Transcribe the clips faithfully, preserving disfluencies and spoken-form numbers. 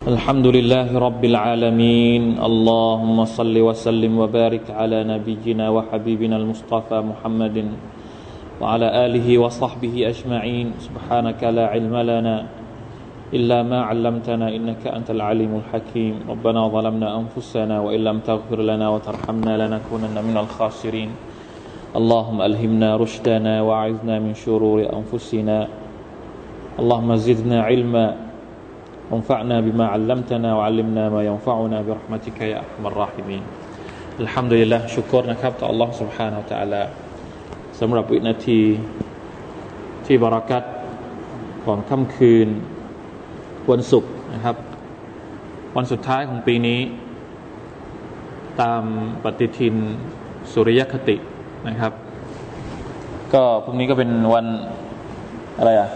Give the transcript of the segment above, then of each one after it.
الحمد لله رب العالمين اللهم صل وسلم وبارك على نبينا وحبيبنا المصطفى محمد وعلى آله وصحبه أجمعين سبحانك لا علم لنا إلا ما علمتنا إنك أنت العليم الحكيم ربنا ظلمنا أنفسنا وإن لم تغفر لنا وترحمنا لنكونن من الخاسرين اللهم ألهمنا رشدنا وأعذنا من شرور أنفسنا اللهم زدنا علما وانفعنا بما علمتنا وعلمنا ما ينفعنا برحمتك يا أرحم الراحمين الحمد لله شكرนะครับต่อ Allah سبحانه และ تعالى สำหรับวินาทีที่บารักัตของค่ำคืนวันศุกร์นะครับวันสุดท้ายของปีนี้ตามปฏิทินสุริยคตินะครับก็พรุ่งนี้ก็เป็นวันอะไรอ่ะ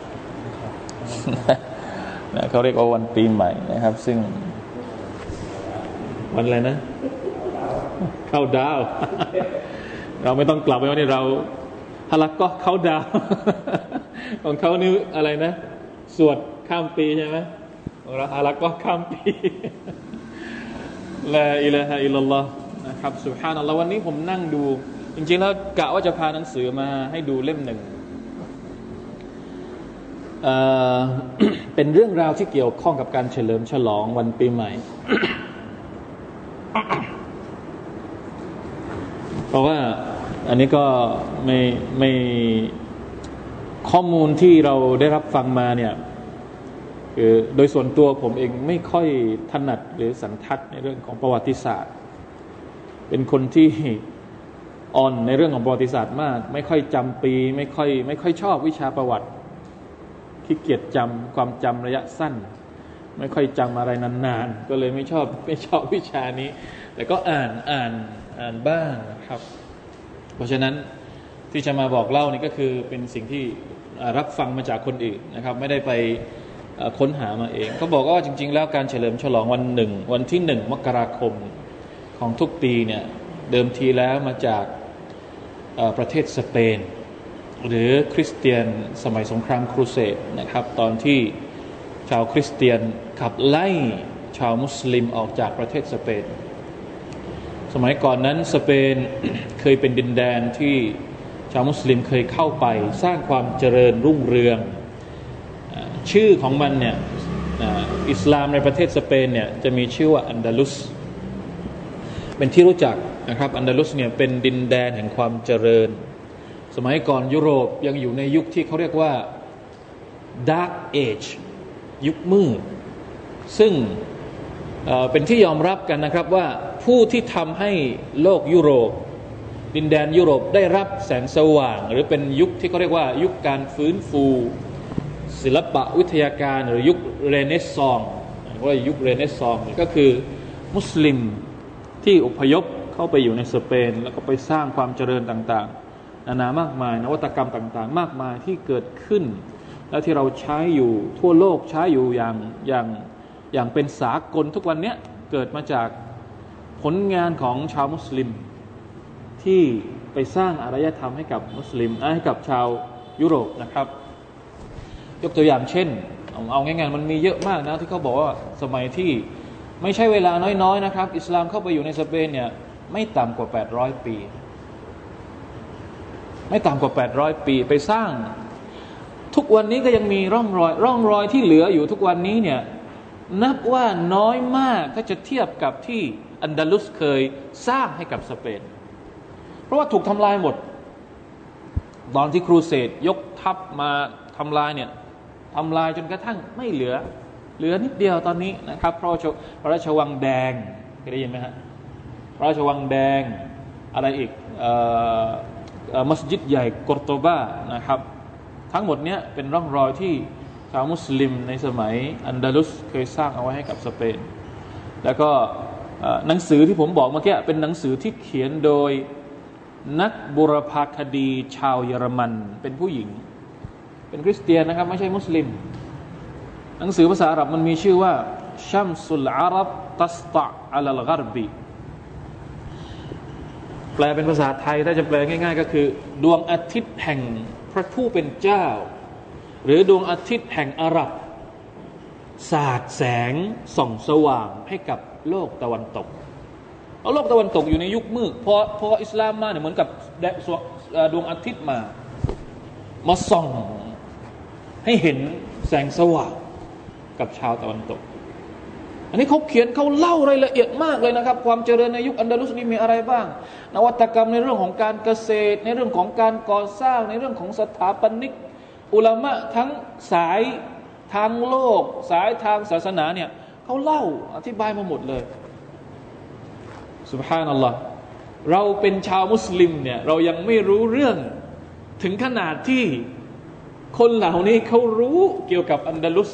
เขาเรียกว่าวันปีใหม่นะครับซึ่งวันอะไรนะเข้าดาว เราไม่ต้องกลับไปวันนี้เราฮาลักก็เข้าดาว ของเขานี่อะไรนะสวดข้ามปีใช่ไหมของเราฮาลักก็ข้ามปี ลาอิลาฮะอิลลัลลอฮ์นะครับซุบฮานัลลอฮ์วันนี้ผมนั่งดูจริงๆแล้วกะว่าจะพาหนังสือมาให้ดูเล่มหนึ่ง เอ่อ เป็นเรื่องราวที่เกี่ยวข้องกับการเฉลิมฉลองวันปีใหม่ เพราะว่าอันนี้ก็ไม่ไม่ข้อมูลที่เราได้รับฟังมาเนี่ยคือโดยส่วนตัวผมเองไม่ค่อยถนัดหรือสันทัดในเรื่องของประวัติศาสตร์เป็นคนที่อ่อนในเรื่องของประวัติศาสตร์มากไม่ค่อยจำปีไม่ค่อยไม่ค่อยชอบวิชาประวัติขี้เกียจจำความจำระยะสั้นไม่ค่อยจำอะไรนานๆก็เลยไม่ชอบไม่ชอบวิชานี้แต่ก็อ่านอ่านอ่านบ้างนะครับเพราะฉะนั้นที่จะมาบอกเล่านี่ก็คือเป็นสิ่งที่รับฟังมาจากคนอื่นนะครับไม่ได้ไปค้นหามาเองเขาบอกว่าจริงๆแล้วการเฉลิมฉลองวันหนึ่งวันที่หนึ่งมกราคมของทุกปีเนี่ยเดิมทีแล้วมาจากประเทศสเปนหรือคริสเตียนสมัยสงครามครูเสดนะครับตอนที่ชาวคริสเตียนขับไล่ชาวมุสลิมออกจากประเทศสเปนสมัยก่อนนั้นสเปน เคยเป็นดินแดนที่ชาวมุสลิมเคยเข้าไปสร้างความเจริญรุ่งเรืองชื่อของมันเนี่ยอิสลามในประเทศสเปนเนี่ยจะมีชื่อว่าอันดาลุสเป็นที่รู้จักนะครับอันดาลุสเนี่ยเป็นดินแดนแห่งความเจริญสมัยก่อนยุโรปยังอยู่ในยุคที่เขาเรียกว่า Dark Age ยุคมืดซึ่ง เอ่อ เป็นที่ยอมรับกันนะครับว่าผู้ที่ทำให้โลกยุโรปดินแดนยุโรปได้รับแสงสว่างหรือเป็นยุคที่เขาเรียกว่ายุคการฟื้นฟูศิลปะวิทยาการหรือยุคเรเนซองส์ว่ายุคเรเนซองส์ก็คือมุสลิมที่อพยพเข้าไปอยู่ในสเปนแล้วก็ไปสร้างความเจริญต่างๆนานามากมายนวัตกรรมต่างๆมากมายที่เกิดขึ้นและที่เราใช้อยู่ทั่วโลกใช้อยู่อย่างอย่างอย่างเป็นสากลทุกวันนี้เกิดมาจากผลงานของชาวมุสลิมที่ไปสร้างอารยธรรมให้กับมุสลิมให้กับชาวยุโรปนะครับยกตัวอย่างเช่นเอาง่ายๆมันมีเยอะมากนะที่เขาบอกว่าสมัยที่ไม่ใช่เวลาน้อยๆนะครับอิสลามเข้าไปอยู่ในสเปนเนี่ยไม่ต่ำกว่าแปดร้อยปีไม่ต่ำกว่าแปดร้อยปีไปสร้างทุกวันนี้ก็ยังมีร่องรอยร่องรอยที่เหลืออยู่ทุกวันนี้เนี่ยนับว่าน้อยมากถ้าจะเทียบกับที่อันดาลุสเคยสร้างให้กับสเปนเพราะว่าถูกทำลายหมดตอนที่ครูเสดยกทัพมาทำลายเนี่ยทำลายจนกระทั่งไม่เหลือเหลือนิดเดียวตอนนี้นะครับพระราชพระราชวังแดงเคยได้ยินไหมฮะพระราชวังแดงอะไรอีกเอ่อมัสยิดใหญ่กอร์โตบานะครับทั้งหมดเนี้ยเป็นร่องรอยที่ชาวมุสลิมในสมัยอันดาลุสเคยสร้างเอาไว้ให้กับสเปนแล้วก็หนังสือที่ผมบอกเมื่อกี้เป็นหนังสือที่เขียนโดยนักบุรพคดีชาวเยอรมันเป็นผู้หญิงเป็นคริสเตียนนะครับไม่ใช่มุสลิมหนังสือภาษาอาหรับมันมีชื่อว่าชัมสุลอารับตัสตะอัลลกอรบีแปลเป็นภาษาไทยถ้าจะแปลง่ายๆก็คือดวงอาทิตย์แห่งพระผู้เป็นเจ้าหรือดวงอาทิตย์แห่งอาหรับสาดแสงส่องสว่างให้กับโลกตะวันตกเอาโลกตะวันตกอยู่ในยุคมืดพอพออิสลามมาเนี่ยเหมือนกับดวงอาทิตย์มามาส่องให้เห็นแสงสว่างกับชาวตะวันตกอันนี้เขาเขียนเขาเล่ารายละเอียดมากเลยนะครับความเจริญในยุคอันดาลุสนี่มีอะไรบ้างนวัตกรรมในเรื่องของการเกษตรในเรื่องของการก่อสร้างในเรื่องของสถาปนิกอุลามะทั้งสายทางโลกสายทางศาสนาเนี่ยเขาเล่าอธิบายมาหมดเลยซุบฮานัลลอฮ์เราเป็นชาวมุสลิมเนี่ยเรายังไม่รู้เรื่องถึงขนาดที่คนเหล่านี้เขารู้เกี่ยวกับอันดาลุส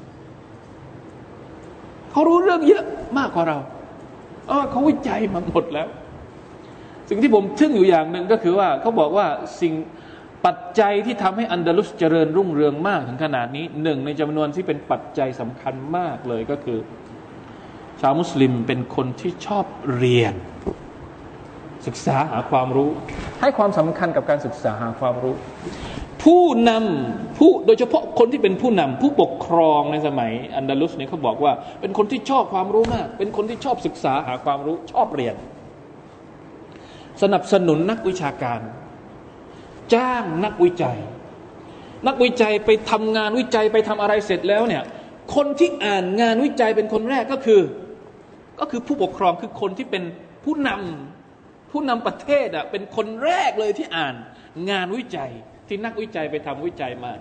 เขารู้เรื่องเยอะมากกว่าเราเออเขาวิจัยมาหมดแล้วสิ่งที่ผมทึ่งอยู่อย่างหนึ่งก็คือว่าเขาบอกว่าสิ่งปัจจัยที่ทำให้อันดาลุสเจริญรุ่งเรืองมากถึงขนาดนี้หนึ่งในจำนวนที่เป็นปัจจัยสำคัญมากเลยก็คือชาวมุสลิมเป็นคนที่ชอบเรียนศึกษาหาความรู้ให้ความสำคัญกับการศึกษาหาความรู้ผู้นำผู้โดยเฉพาะคนที่เป็นผู้นำผู้ปกครองในสมัยอันดาลุสเนี่ยเขาบอกว่าเป็นคนที่ชอบความรู้มากเป็นคนที่ชอบศึกษาหาความรู้ชอบเรียนสนับสนุนนักวิชาการจ้างนักวิจัยนักวิจัยไปทำงานวิจัยไปทำอะไรเสร็จแล้วเนี่ยคนที่อ่านงานวิจัยเป็นคนแรกก็คือก็คือผู้ปกครองคือคนที่เป็นผู้นำผู้นำประเทศอ่ะเป็นคนแรกเลยที่อ่านงานวิจัยที่นักวิจัยไปทำวิจัยมา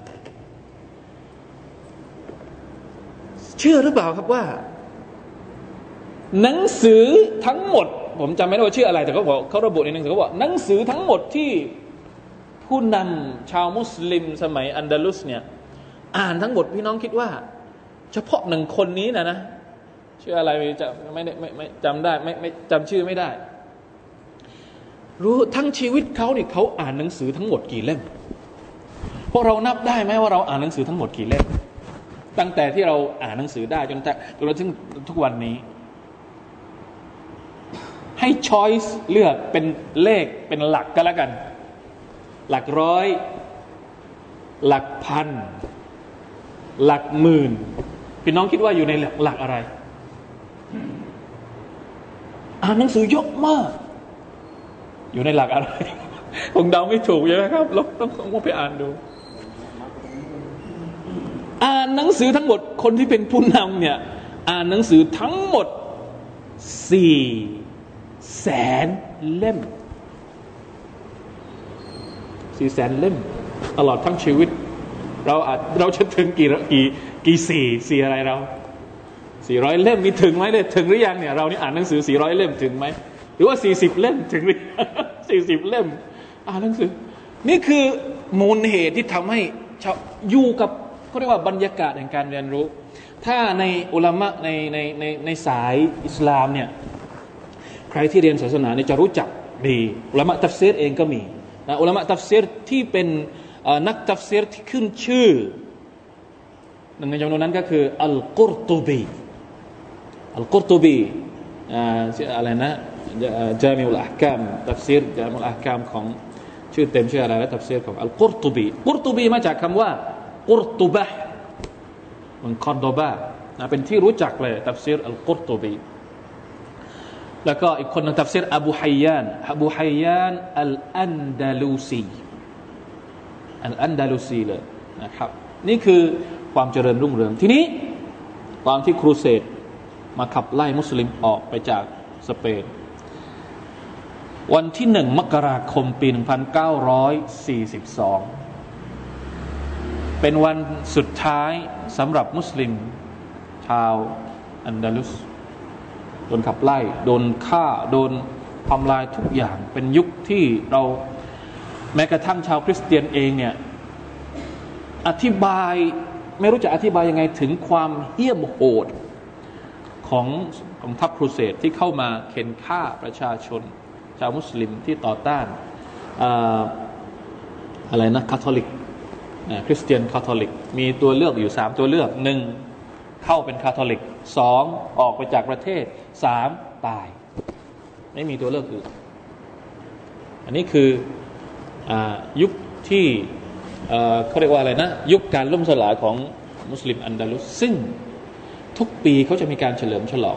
เชื่อหรือเปล่าครับว่าหนังสือทั้งหมดผมจำไม่ได้ว่าชื่ออะไรแต่เขาบอกเขาระบุในหนังสือเขาบอกหนังสือทั้งหมดที่ผู้นำชาวมุสลิมสมัยอันดาลุสเนี่ยอ่านทั้งหมดพี่น้องคิดว่าเฉพาะหนึ่งคนนี้นะนะชื่ออะไรจะไม่ได้ไม่ไม่จำได้ไม่ไม่จำชื่อไม่ได้รู้ทั้งชีวิตเขาเนี่ยเขาอ่านหนังสือทั้งหมดกี่เล่มพวกเรานับได้ไหมว่าเราอ่านหนังสือทั้งหมดกี่เล่มตั้งแต่ที่เราอ่านหนังสือได้จนจนถึงทุกวันนี้ให้ช้อยส์เลือกเป็นเลขเป็นหลักก็แล้วกันหลักร้อยหลักพันหลักหมื่นพี่น้องคิดว่าอยู่ในหลักอะไรอ่านหนังสือเยอะมากอยู่ในหลักอะไรคงเดาไม่ถูกใช่ไหมครับเราต้องต้องไปอ่านดูอ่านหนังสือทั้งหมดคนที่เป็นผู้นำเนี่ยอ่านหนังสือทั้งหมดสี่แสนเล่มสี่แสนเล่มตลอดทั้งชีวิตเราอาจเราจะถึงกี่กี่กี่สี่สี่อะไรเราสี่ร้อยเล่มมีถึงไหมเลยถึงหรือยังเนี่ยเรานี่อ่านหนังสือสี่ร้อยเล่มถึงไหมหรือว่าสี่สิบเล่มถึงหรือสี่สิบเล่มอ่านหนังสือนี่คือมูลเหตุที่ทำให้ชาวอยู่กับเขาเรียกว่าบรรยากาศแห่งการเรียนรู้ถ้าในอุลามะในในในในสายอิสลามเนี่ยใครที่เรียนศาสนาเนี่ยจะรู้จักดีอุลามะตัฟซีรเองก็มีนะอุลามะตัฟซีรที่เป็นนักตัฟซีรที่ขึ้นชื่อหนึ่งในจำนวนนั้นก็คืออัลกุรตุบีอัลกุรตุบีอะไรนะจามิอุลอะห์กามตัฟซีรจามิอุลอะห์กามของชื่อเต็มชื่ออะไรนะตัฟซีรของอัลกุรตุบีกุรตุบีมาจากคำว่ากุรตุบะห์มันคอร์โดบานะเป็นที่รู้จักเลยตัฟซีรอัลกุรตุบีแล้วก็อีกคนนึงตัฟซีรอบูฮัยยานอบูฮัยยานอัลอันดาลูซีอัลอันดาลูซีเลยนะครับนี่คือความเจริญรุ่งเรืองทีนี้ตอนที่ครูเสดมาขับไล่มุสลิมออกไปจากสเปนวันที่หนึ่งมกราคมปีหนึ่งพันเก้าร้อยสี่สิบสองเป็นวันสุดท้ายสำหรับมุสลิมชาวอันดาลุสโดนขับไล่โดนฆ่าโดนทำลายทุกอย่างเป็นยุคที่เราแม้กระทั่งชาวคริสเตียนเองเนี่ยอธิบายไม่รู้จะอธิบายยังไงถึงความเหี้ยมโหดของของทัพครูเสดที่เข้ามาเข็นฆ่าประชาชนชาวมุสลิมที่ต่อต้านอะไรนะคาทอลิกคริสเตียนคาทอลิกมีตัวเลือกอยู่สามตัวเลือกหนึ่งเข้าเป็นคาทอลิกสองออกไปจากประเทศสามตายไม่มีตัวเลือกอื่นอันนี้คืออายุคที่เขาเรียกว่าอะไรนะยุคการล่มสลายของมุสลิมอันดาลุสซึ่งทุกปีเขาจะมีการเฉลิมฉลอง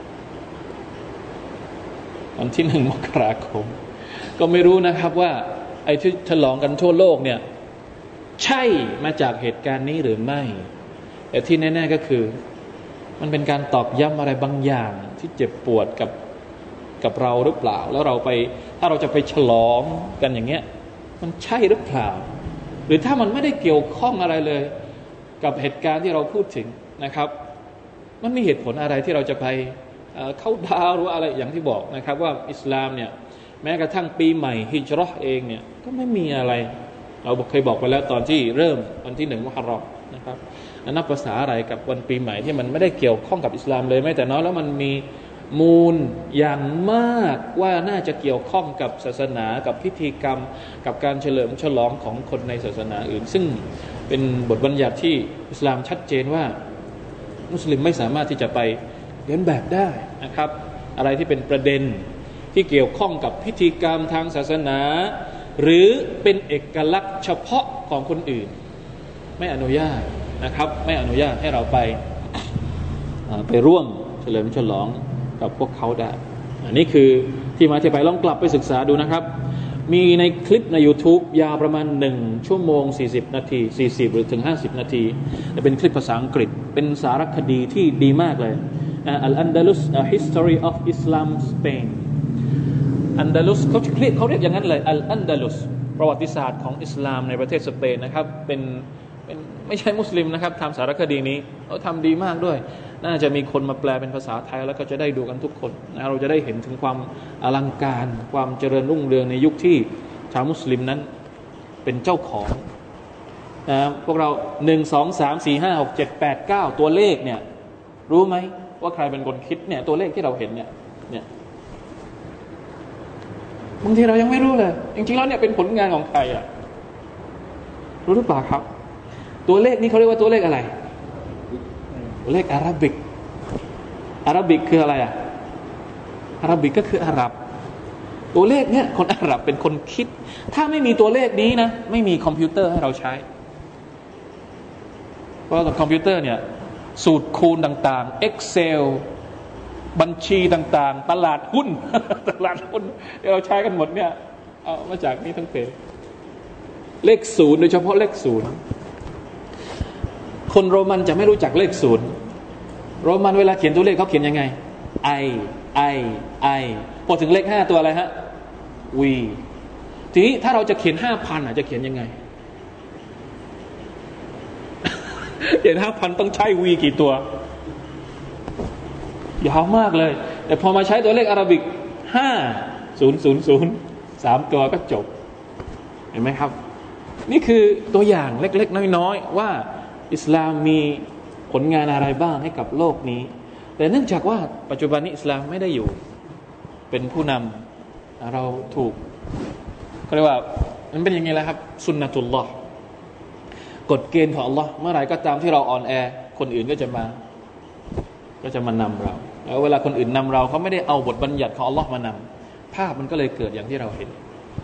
วันที่หนึ่งมกราคมก็ไม่รู้นะครับว่าไอ้ที่ฉลองกันทั่วโลกเนี่ยใช่มาจากเหตุการณ์นี้หรือไม่แต่ที่แน่ๆก็คือมันเป็นการตอกย้ำอะไรบางอย่างที่เจ็บปวดกับกับเราหรือเปล่าแล้วเราไปถ้าเราจะไปฉลองกันอย่างเงี้ยมันใช่หรือเปล่าหรือถ้ามันไม่ได้เกี่ยวข้องอะไรเลยกับเหตุการณ์ที่เราพูดถึงนะครับมันมีเหตุผลอะไรที่เราจะไปเข้าดาวหรืออะไรอย่างที่บอกนะครับว่าอิสลามเนี่ยแม้กระทั่งปีใหม่ฮิจเราะห์เองเนี่ยก็ไม่มีอะไรเราเคยบอกไปแล้วตอนที่เริ่มวันที่หนึ่งมุฮัรรอมนะครับนับภาษาอะไรกับวันปีใหม่ที่มันไม่ได้เกี่ยวข้องกับอิสลามเลยแม้แต่น้อยแล้วมันมีมูลอย่างมากว่าน่าจะเกี่ยวข้องกับศาสนากับพิธีกรรมกับการเฉลิมฉลองของคนในศาสนาอื่นซึ่งเป็นบทบัญญัติที่อิสลามชัดเจนว่ามุสลิมไม่สามารถที่จะไปเลียนแบบได้นะครับอะไรที่เป็นประเด็นที่เกี่ยวข้องกับพิธีกรรมทางศาสนาหรือเป็นเอกลักษณ์เฉพาะของคนอื่นไม่อนุญาตนะครับไม่อนุญาตให้เราไปไปร่วมเฉลิมฉลองกับพวกเขาได้อันนี้คือที่มาที่ไปลองกลับไปศึกษาดูนะครับมีในคลิปใน YouTube ยาวประมาณหนึ่งชั่วโมงสี่สิบนาทีสี่สิบหรือถึงห้าสิบนาทีเป็นคลิปภาษาอังกฤษเป็นสารคดีที่ดีมากเลย Al-Andalus A History of Islam Spain อันดาลุสเขาเรียกเขาเรียกอย่างนั้นเลย Al-Andalus ประวัติศาสตร์ของอิสลามในประเทศสเปนนะครับเป็นเป็นไม่ใช่มุสลิมนะครับทำสารคดีนี้เขาทำดีมากด้วยน่าจะมีคนมาแปลเป็นภาษาไทยแล้วก็จะได้ดูกันทุกคนนะเราจะได้เห็นถึงความอลังการความเจริญรุ่งเรืองในยุคที่ชาวมุสลิมนั้นเป็นเจ้าของนะพวกเราหนึ่ง สอง สาม สี่ ห้า หก เจ็ด แปด เก้าตัวเลขเนี่ยรู้ไหมว่าใครเป็นคนคิดเนี่ยตัวเลขที่เราเห็นเนี่ยเนี่ยบางทีเรายังไม่รู้เลยจริงๆแล้วเนี่ยเป็นผลงานของใครอ่ะรู้หรือเปล่าครับตัวเลขนี้เขาเรียกว่าตัวเลขอะไรตัวเลขอาราบิกอาราบิกคืออะไรอ่ะอาราบิกก็คืออาหรับตัวเลขเนี่ยคนอาหรับเป็นคนคิดถ้าไม่มีตัวเลขนี้นะไม่มีคอมพิวเตอร์ให้เราใช้เพราะคอมพิวเตอร์เนี่ยสูตรคูณต่างๆ Excel บัญชีต่างๆตลาดหุ้น ตลาดหุ้นที่เราใช้กันหมดเนี่ยเอามาจากนี้ทั้งเพจเลขศูนย์โดยเฉพาะเลขศูนย์คนโรมันจะไม่รู้จักเลขศูนย์โรมันเวลาเขียนตัวเลขเขาเขียนยังไง I I I พอถึงเลขห้าตัวอะไรฮะ V ทีนี้ถ้าเราจะเขียนห้าพันอ่ะจะเขียนยังไง เขียนห้าพันต้องใช้ V กี่ตัวยาวมากเลยแต่พอมาใช้ตัวเลขอาราบิกห้า ศูนย์ ศูนย์ ศูนย์ สามตัวก็จบเห็นไหมครับนี่คือตัวอย่างเล็กๆน้อยๆว่าอิสลามมีผลงานอะไรบ้างให้กับโลกนี้แต่เนื่องจากว่าปัจจุบันนี้อิสลามไม่ได้อยู่เป็นผู้นำเราถูกเขาเรียกว่ามันเป็นยังไงล่ะครับสุนนะตุลลอฮ์กฎเกณฑ์ของอัลลอฮ์เมื่อไหร่ก็ตามที่เราอ่อนแอคนอื่นก็จะมาก็จะมานำเราแล้วเวลาคนอื่นนำเราเขาไม่ได้เอาบทบัญญัติของอัลลอฮ์มานำภาพมันก็เลยเกิดอย่างที่เราเห็น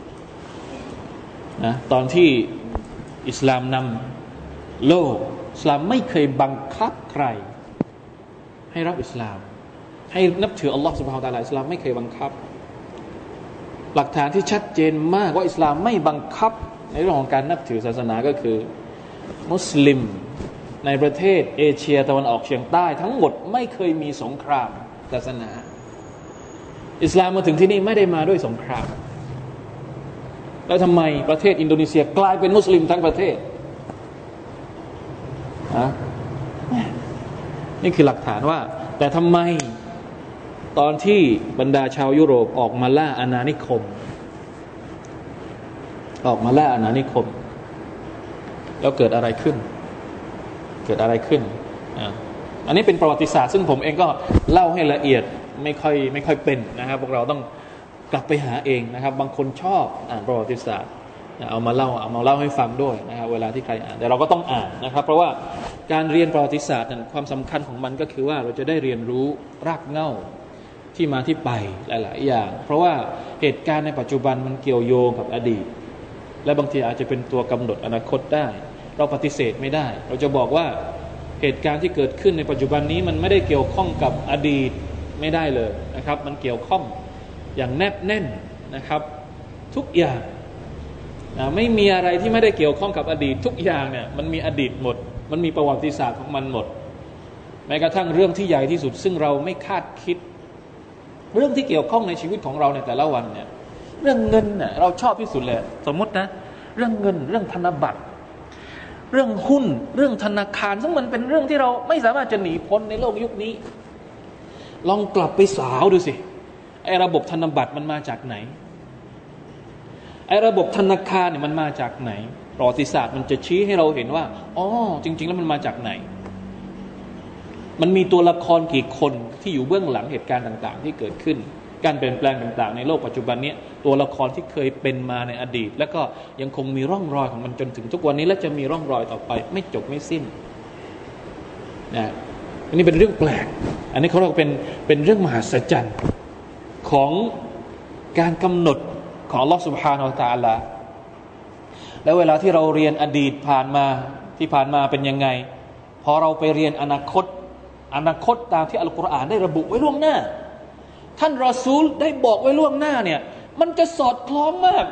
นะตอนที่อิสลามนำโลกอิสลามไม่เคยบังคับใครให้รับอิสลามให้นับถืออัลลอฮ์ซุบฮานะฮูวะตะอาลาอิสลามไม่เคยบังคับหลักฐานที่ชัดเจนมากว่าอิสลามไม่บังคับในเรื่องของการนับถือศาสนาก็คือมุสลิมในประเทศเอเชียตะวันออกเฉียงใต้ทั้งหมดไม่เคยมีสงครามศาสนาอิสลามมาถึงที่นี่ไม่ได้มาด้วยสงครามแล้วทำไมประเทศอินโดนีเซียกลายเป็นมุสลิมทั้งประเทศอะนี่คือหลักฐานว่าแต่ทำไมตอนที่บรรดาชาวยุโรปออกมาล่าอาณานิคมออกมาล่าอาณานิคมแล้วเกิดอะไรขึ้นเกิดอะไรขึ้นอ่าอันนี้เป็นประวัติศาสตร์ซึ่งผมเองก็เล่าให้ละเอียดไม่ค่อยไม่ค่อยเป็นนะครับพวกเราต้องกลับไปหาเองนะครับบางคนชอบอ่านประวัติศาสตร์เอามาเล่าเอามาเล่าให้ฟังด้วยนะครับเวลาที่ใครอ่านแต่เราก็ต้องอ่านนะครับเพราะว่าการเรียนประวัติศาสตร์นั้นความสำคัญของมันก็คือว่าเราจะได้เรียนรู้รากเหง้าที่มาที่ไปหลายๆอย่างเพราะว่าเหตุการณ์ในปัจจุบันมันเกี่ยวโยงกับอดีตและบางทีอาจจะเป็นตัวกำหนดอนาคตได้เราปฏิเสธไม่ได้เราจะบอกว่าเหตุการณ์ที่เกิดขึ้นในปัจจุบันนี้มันไม่ได้เกี่ยวข้องกับอดีตไม่ได้เลยนะครับมันเกี่ยวข้องอย่างแนบแน่นนะครับทุกอย่างนะไม่มีอะไรที่ไม่ได้เกี่ยวข้องกับอดีตทุกอย่างเนี่ยมันมีอดีตหมดมันมีประวัติศาสตร์ของมันหมดแม้กระทั่งเรื่องที่ใหญ่ที่สุดซึ่งเราไม่คาดคิดเรื่องที่เกี่ยวข้องในชีวิตของเราในแต่ละวันเนี่ยเรื่องเงินเนี่ยเราชอบที่สุดเลยสมมตินะเรื่องเงินเรื่องธนบัตรเรื่องหุ้นเรื่องธนาคารซึ่งมันเป็นเรื่องที่เราไม่สามารถจะหนีพ้นในโลกยุคนี้ลองกลับไปสาวดูสิไอ้ระบบธนบัตรมันมาจากไหนไอ้ระบบธนาคารเนี่ยมันมาจากไหนประวัติศาสตร์มันจะชี้ให้เราเห็นว่าอ๋อจริงๆแล้วมันมาจากไหนมันมีตัวละครกี่คนที่อยู่เบื้องหลังเหตุการณ์ต่างๆที่เกิดขึ้นการเปลี่ยนแปลงต่างๆในโลกปัจจุบันนี้ตัวละครที่เคยเป็นมาในอดีตแล้วก็ยังคงมีร่องรอยของมันจนถึงทุกวันนี้และจะมีร่องรอยต่อไปไม่จบไม่สิ้นนะอันนี้เป็นเรื่องแปลกอันนี้เขาเรียกเป็นเป็นเรื่องมหัศจรรย์ของการกำหนดของอัลเลาะห์ซุบฮานะฮูวะตะอาลาแล้วเวลาที่เราเรียนอดีตผ่านมาที่ผ่านมาเป็นยังไงพอเราไปเรียนอนาคตอนาคตตามที่อัลกุรอานได้ระบุไว้ล่วงหน้าท่านรอซูลได้บอกไว้ล่วงหน้าเนี่ยมันจะสอดคล้องมาก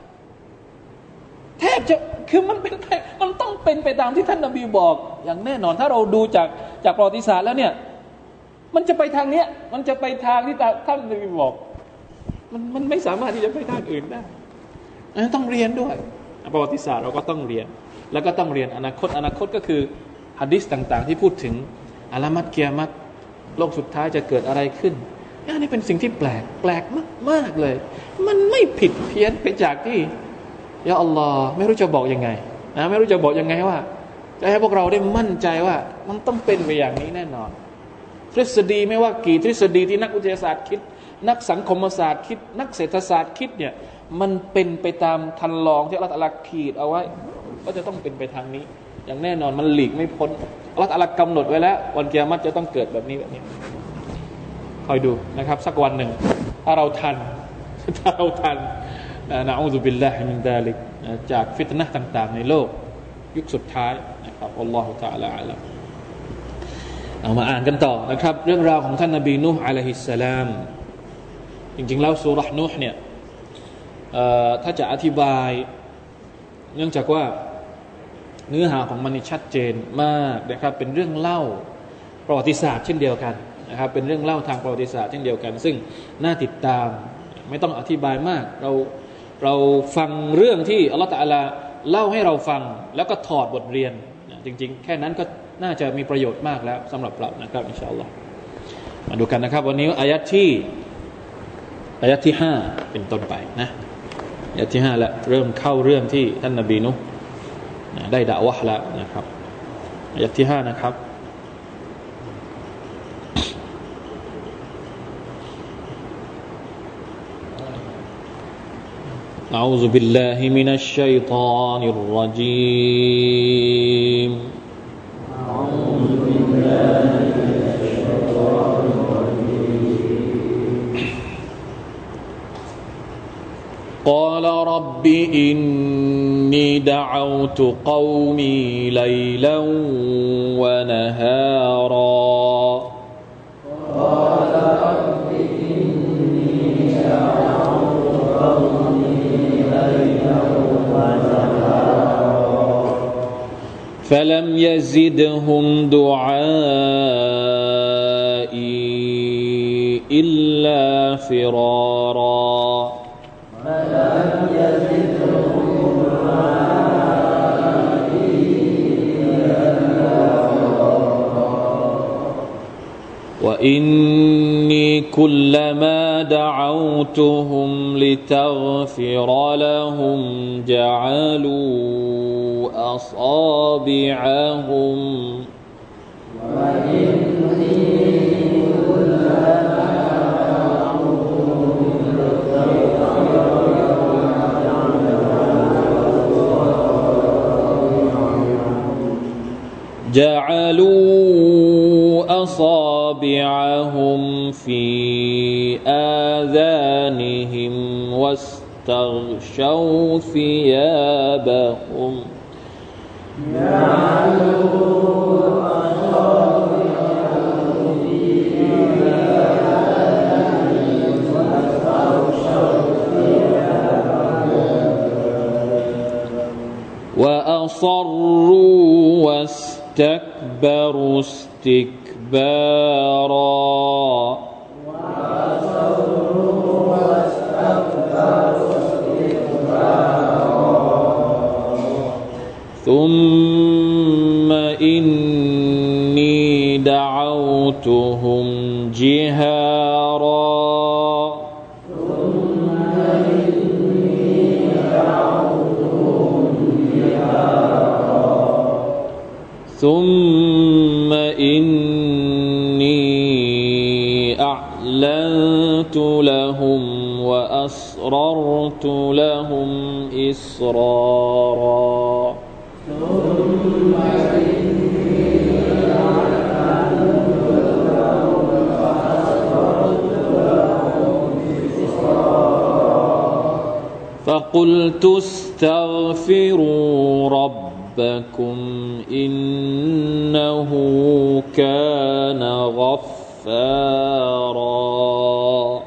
แทบจะคือมันเป็นมันต้องเป็นไปตามที่ท่านนบีบอกอย่างแน่นอนถ้าเราดูจากจากประวัติศาสตร์แล้วเนี่ยมันจะไปทางเนี้ยมันจะไปทางที่ท่านนบีบอกมันมันไม่สามารถที่จะไปทางอื่นได้ต้องเรียนด้วยประวัติศาสตร์เราก็ต้องเรียนแล้วก็ต้องเรียนอนาคตอนาคตก็คือหะดีษต่างๆที่พูดถึงอะลามัตกิยามะฮ์โลกสุดท้ายจะเกิดอะไรขึ้นอันนี้เป็นสิ่งที่แปลกแปลกมากๆเลยมันไม่ผิดเพี้ยนไปจากที่ยาอัลลอฮ์ไม่รู้จะบอกยังไงนะไม่รู้จะบอกยังไงว่าจะให้พวกเราได้มั่นใจว่ามันต้องเป็นไปอย่างนี้แน่นอนทฤษฎีไม่ว่ากี่ทฤษฎีที่นักวิทยาศาสตร์คิดนักสังคมศาสตร์คิดนักเศรษฐศาสตร์คิดเนี่ยมันเป็นไปตามคันลองที่อัลเลาะห์ตะอาลาขีดเอาไว้ก็จะต้องเป็นไปทางนี้อย่างแน่นอนมันหลีกไม่พ้นอัลเลาะห์ตะอาลากำหนดไว้แล้ววันกิยามะฮ์จะต้องเกิดแบบนี้แบบนี้คอยดูนะครับสักวันหนึ่งถ้าเราทันถ้าเราทันนะอูซุบิลลาฮิมินซาลิกจากฟิตนะห์ต่างๆในโลกยุคสุดท้ายนะครับอัลลอฮฺตะอาลาอะลัมเอามาอ่านกันต่อนะครับเรื่องราวของท่านนบีนูฮ์อะลัยฮิสสลามจริงๆแล้วซูเราะห์นูฮ์เนี่ยถ้าจะอธิบายเนื่องจากว่าเนื้อหาของมันชัดเจนมากนะครับเป็นเรื่องเล่าประวัติศาสตร์เช่นเดียวกันนะครับเป็นเรื่องเล่าทางประวัติศาสตร์เช่นเดียวกันซึ่งน่าติดตามไม่ต้องอธิบายมากเราเราฟังเรื่องที่อัลเลาะห์ตะอาลาเล่าให้เราฟังแล้วก็ถอดบทเรียนจริงๆแค่นั้นก็น่าจะมีประโยชน์มากแล้วสำหรับเรานะครับอินชาอัลลอฮ์มาดูกันนะครับวันนี้อายะห์ที่อายะห์ที่ห้าเป็นต้นไปนะอายะห์ที่ห้าแล้วเริ่มเข้าเรื่องที่ท่านนบีนูฮ์ได้ดะอ์วะห์แล้วนะครับอายะห์ที่ห้านะครับأعوذ بالله من الشيطان الرجيم أعوذ بالله من الشيطان الرجيم قال رب إني دعوت قومي ليلا ونهارا قال رب إني دعوت قومي فلم يزدهم دعائي إلا فرارا فلم يزدهم دعائي إلا فرارا وإني كلما دعوتهم لتغفر لهم جعلوا أصابعهم وإني كلما دعوتهم لتغفر لهم جعلوا أصابعهم في آذانهم واستغشوا ثيابهم جعلوا wastakbaru istikbara ثم إني دعوتهم جهارا ثم إني أعلنت لهم وأسررت لهم إسرارا فقلت استغفروا ربكم إنه كان غفارا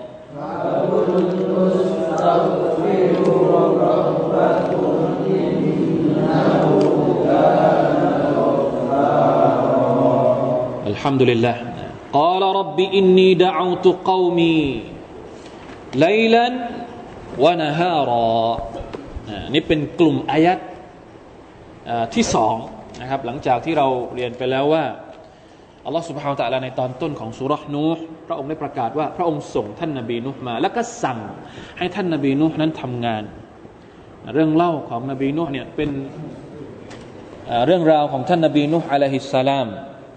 الحمد لله قال رب إني دعوت قومي ليلا ونهارا นี่เป็นกลุ่มอายัดที่สองนะครับหลังจากที่เราเรียนไปแล้วว่าอัลลอฮฺ سبحانه และ تعالى ในตอนต้นของซูเราะห์นูห์พระองค์ได้ประกาศว่าพระองค์ส่งท่านนบีนูห์มาแล้วก็สั่งให้ท่านนบีนูห์นั้นทำงานเรื่องเล่าของนบีนูห์เนี่ยเป็นเรื่องราวของท่านนบีนูห์อะลัยฮิสสลาม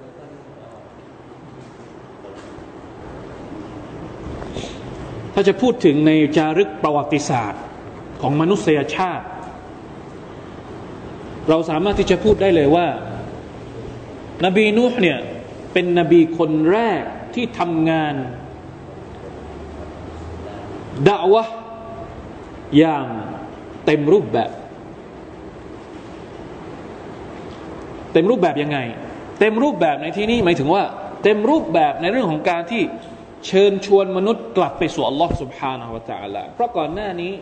ถ้าจะพูดถึงในจารึกประวัติศาสตร์ของมนุษยชาติเราสามารถที่จะพูดได้เลยว่านบีนูห์เนี่ยเป็นนบีคนแรกที่ทำงานดะอ์วะห์อย่างเต็มรูปแบบเต็มรูปแบบยังไงเต็มรูปแบบในที่นี้หมายถึงว่าเต็มรูปแบบในเรื่องของการที่เชิญชวนมนุษย์กลับไปสู่อัลลอฮฺ سبحانه และ تعالى เพราะก่อนหน้านี้